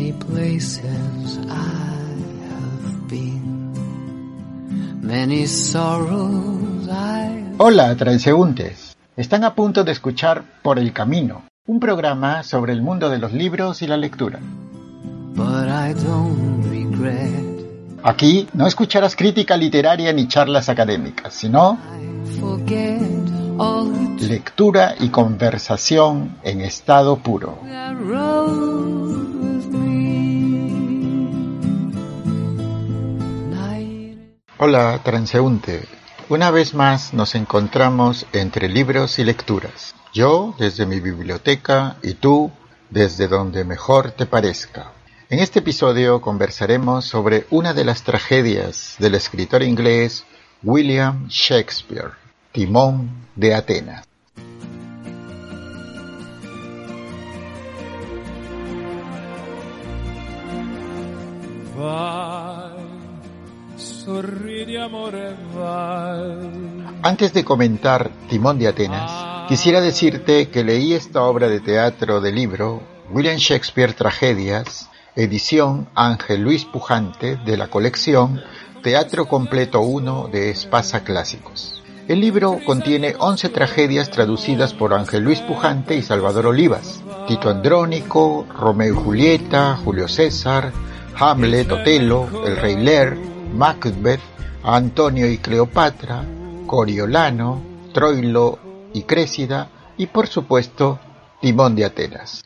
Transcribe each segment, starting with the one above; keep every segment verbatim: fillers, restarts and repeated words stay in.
Many places I have been, many sorrows I... Hola, transeúntes. Están a punto de escuchar Por el Camino, un programa sobre el mundo de los libros y la lectura. But I don't regret. Aquí no escucharás crítica literaria ni charlas académicas, sino I forget all the lectura y conversación en estado puro. that rode with me. Night. Hola, transeúnte. Una vez más nos encontramos entre libros y lecturas. Yo desde mi biblioteca y tú desde donde mejor te parezca. En este episodio conversaremos sobre una de las tragedias del escritor inglés William Shakespeare, Timón de Atenas. Vai, sorridi amore, vai. Antes de comentar Timón de Atenas, quisiera decirte que leí esta obra de teatro de libro, William Shakespeare Tragedias, edición Ángel Luis Pujante, de la colección Teatro Completo uno de Espasa Clásicos. El libro contiene once tragedias traducidas por Ángel Luis Pujante y Salvador Olivas: Tito Andrónico, Romeo y Julieta, Julio César, Hamlet, Otelo, El Rey Lear, Macbeth, Antonio y Cleopatra, Coriolano, Troilo y Créssida y, por supuesto, Timón de Atenas.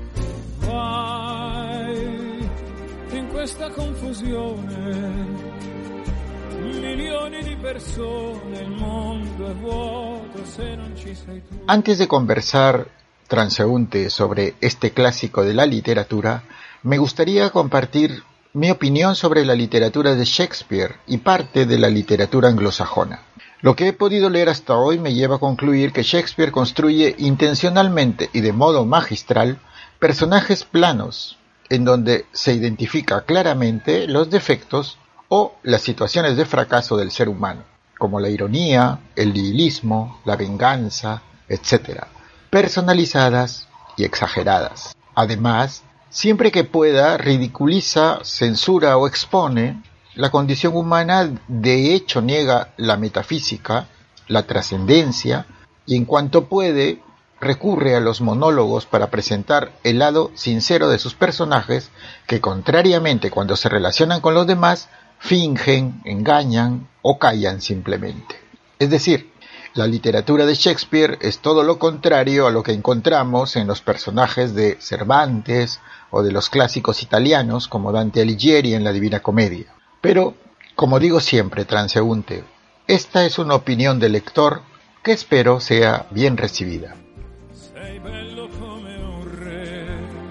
Vai, in questa confusione, milioni di persone, il mondo è vuoto se non ci sei tu. Antes de conversar, transeúnte, sobre este clásico de la literatura, me gustaría compartir mi opinión sobre la literatura de Shakespeare y parte de la literatura anglosajona. Lo que he podido leer hasta hoy me lleva a concluir que Shakespeare construye intencionalmente y de modo magistral personajes planos, en donde se identifica claramente los defectos o las situaciones de fracaso del ser humano, como la ironía, el nihilismo, la venganza, etcétera, personalizadas y exageradas. Además, siempre que pueda, ridiculiza, censura o expone la condición humana, de hecho niega la metafísica, la trascendencia, y en cuanto puede, recurre a los monólogos para presentar el lado sincero de sus personajes, que contrariamente cuando se relacionan con los demás, fingen, engañan o callan simplemente. Es decir, la literatura de Shakespeare es todo lo contrario a lo que encontramos en los personajes de Cervantes o de los clásicos italianos como Dante Alighieri en la Divina Comedia. Pero, como digo siempre, transeúnte, esta es una opinión del lector que espero sea bien recibida. Sei bello come un re.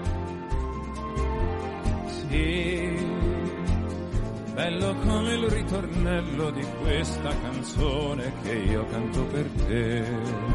Sì, bello come il ritornello di questa canzone che io canto per te.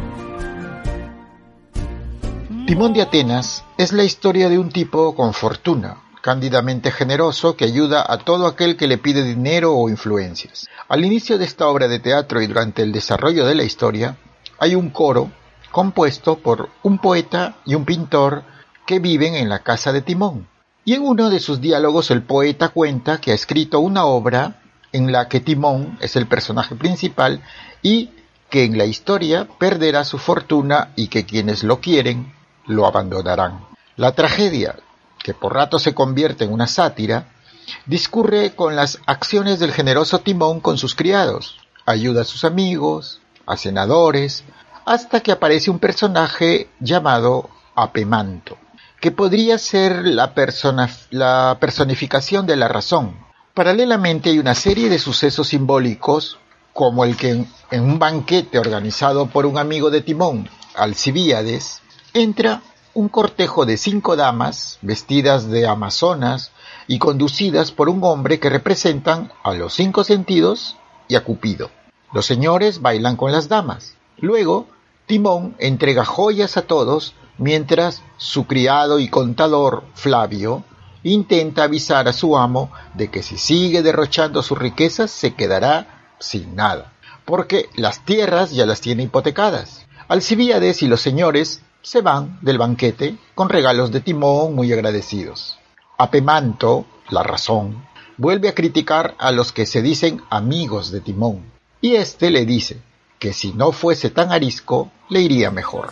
Timón de Atenas es la historia de un tipo con fortuna, cándidamente generoso, que ayuda a todo aquel que le pide dinero o influencias. Al inicio de esta obra de teatro y durante el desarrollo de la historia, hay un coro compuesto por un poeta y un pintor que viven en la casa de Timón. Y en uno de sus diálogos el poeta cuenta que ha escrito una obra en la que Timón es el personaje principal y que en la historia perderá su fortuna y que quienes lo quieren lo abandonarán. La tragedia, que por rato se convierte en una sátira, discurre con las acciones del generoso Timón con sus criados. Ayuda a sus amigos, a senadores, hasta que aparece un personaje llamado Apemanto, que podría ser la, persona, la personificación de la razón. Paralelamente hay una serie de sucesos simbólicos, como el que en, en un banquete organizado por un amigo de Timón, Alcibíades, entra un cortejo de cinco damas vestidas de amazonas y conducidas por un hombre que representan a los cinco sentidos y a Cupido. Los señores bailan con las damas. Luego, Timón entrega joyas a todos, mientras su criado y contador, Flavio, intenta avisar a su amo de que si sigue derrochando sus riquezas se quedará sin nada, porque las tierras ya las tiene hipotecadas. Alcibíades y los señores se van del banquete con regalos de Timón muy agradecidos. Apemanto, la razón, vuelve a criticar a los que se dicen amigos de Timón, y éste le dice que si no fuese tan arisco, le iría mejor.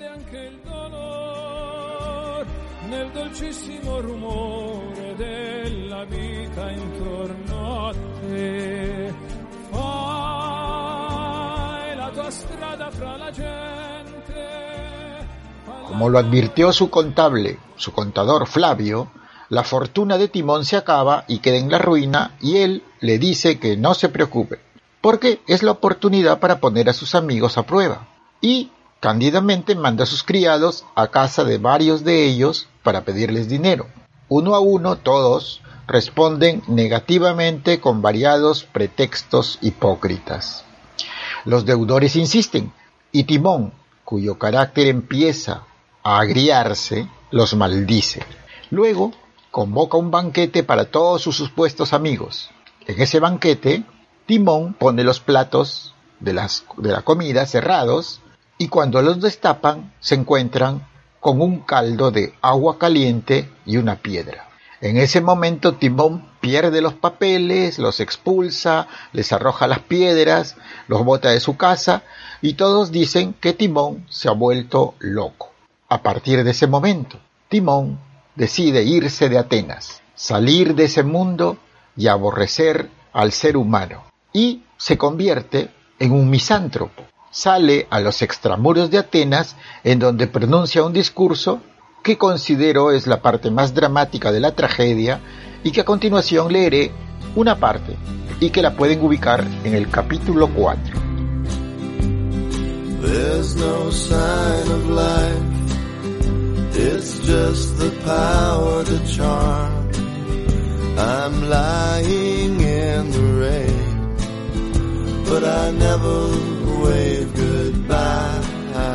Como lo advirtió su contable, su contador Flavio, la fortuna de Timón se acaba y queda en la ruina, y él le dice que no se preocupe, porque es la oportunidad para poner a sus amigos a prueba, y cándidamente manda a sus criados a casa de varios de ellos para pedirles dinero. Uno a uno todos responden negativamente con variados pretextos hipócritas. Los deudores insisten, y Timón, cuyo carácter empieza a agriarse, los maldice. Luego convoca un banquete para todos sus supuestos amigos. En ese banquete, Timón pone los platos de, las, de la comida cerrados, y cuando los destapan se encuentran con un caldo de agua caliente y una piedra. En ese momento Timón pierde los papeles, los expulsa, les arroja las piedras, los bota de su casa, y todos dicen que Timón se ha vuelto loco. A partir de ese momento, Timón decide irse de Atenas, salir de ese mundo y aborrecer al ser humano, y se convierte en un misántropo. Sale a los extramuros de Atenas, en donde pronuncia un discurso que considero es la parte más dramática de la tragedia, y que a continuación leeré una parte, y que la pueden ubicar en el capítulo cuatro. There's no sign of life, it's just the power to charm. I'm lying in the rain, but I never wave goodbye.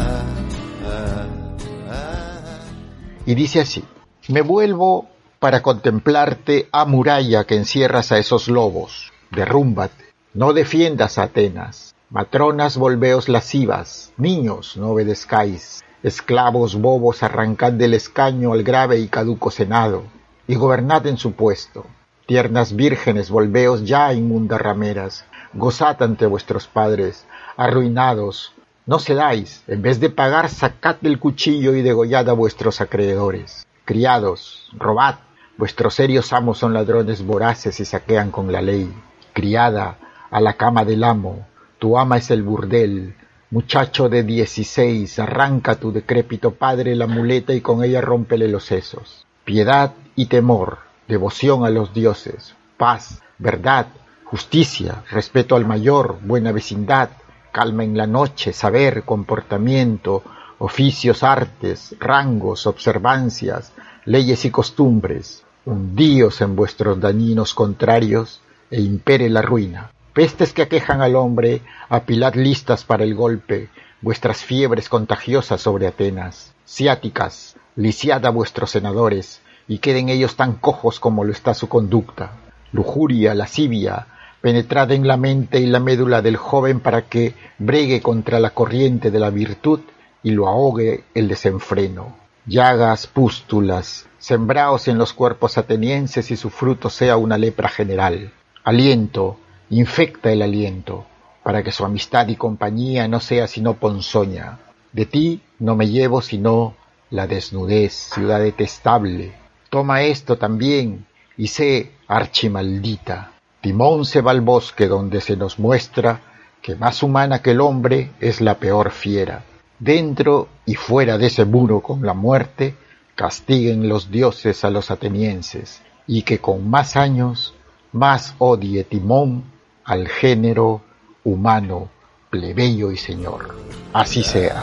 Y dice así: me vuelvo para contemplarte, ah muralla que encierras a esos lobos. Derrúmbate, no defiendas a Atenas. Matronas, volveos lascivas, niños, no obedezcáis. Esclavos bobos, arrancad del escaño al grave y caduco senado, y gobernad en su puesto. Tiernas vírgenes, volveos ya, inmundas rameras. Gozad ante vuestros padres, arruinados. No cedáis, en vez de pagar, sacad del cuchillo y degollad a vuestros acreedores. Criados, robad, vuestros serios amos son ladrones voraces y saquean con la ley. Criada, a la cama del amo, tu ama es el burdel. Muchacho de dieciséis, arranca a tu decrépito padre la muleta y con ella rómpele los sesos. Piedad y temor, devoción a los dioses, paz, verdad, justicia, respeto al mayor, buena vecindad, calma en la noche, saber, comportamiento, oficios, artes, rangos, observancias, leyes y costumbres, hundíos en vuestros dañinos contrarios e impere la ruina. Pestes que aquejan al hombre, apilad listas para el golpe, vuestras fiebres contagiosas sobre Atenas. Ciáticas, lisiad a vuestros senadores, y queden ellos tan cojos como lo está su conducta. Lujuria, lascivia, penetrad en la mente y la médula del joven para que bregue contra la corriente de la virtud y lo ahogue el desenfreno. Llagas, pústulas, sembraos en los cuerpos atenienses y su fruto sea una lepra general. Aliento, infecta el aliento, para que su amistad y compañía no sea sino ponzoña. De ti no me llevo sino la desnudez, ciudad detestable. Toma esto también y sé archimaldita. Timón se va al bosque donde se nos muestra que más humana que el hombre es la peor fiera. Dentro y fuera de ese muro con la muerte, castiguen los dioses a los atenienses, y que con más años, más odie Timón al género humano, plebeyo y señor. Así sea.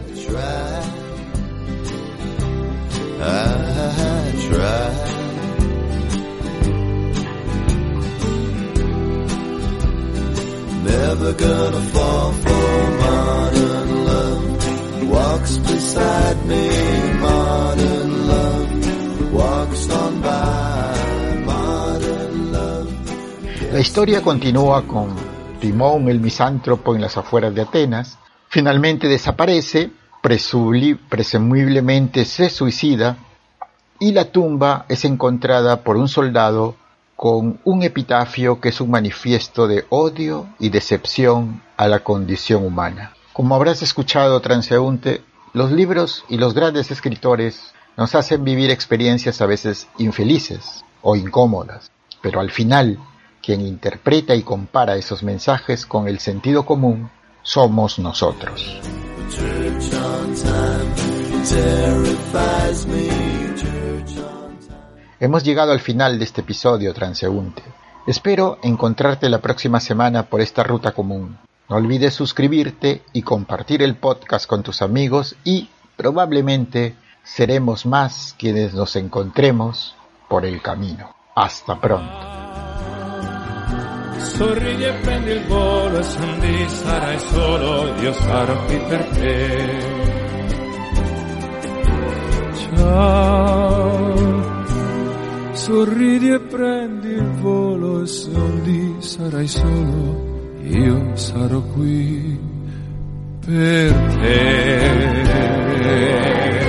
Never gonna fall for modern love. Walks beside me, modern love. Walks on by, modern love. La historia continúa con Timón el misántropo en las afueras de Atenas. Finalmente desaparece, presumiblemente se suicida, y la tumba es encontrada por un soldado con un epitafio que es un manifiesto de odio y decepción a la condición humana. Como habrás escuchado, transeúnte, los libros y los grandes escritores nos hacen vivir experiencias a veces infelices o incómodas, pero al final, quien interpreta y compara esos mensajes con el sentido común somos nosotros. Hemos llegado al final de este episodio, transeúnte. Espero encontrarte la próxima semana por esta ruta común. No olvides suscribirte y compartir el podcast con tus amigos y probablemente seremos más quienes nos encontremos por el camino. Hasta pronto. Sorridi e prendi il volo e scendi, sarai solo, io sarò qui per te. Ciao. Sorridi e prendi il volo e scendi, sarai solo, io sarò qui per te.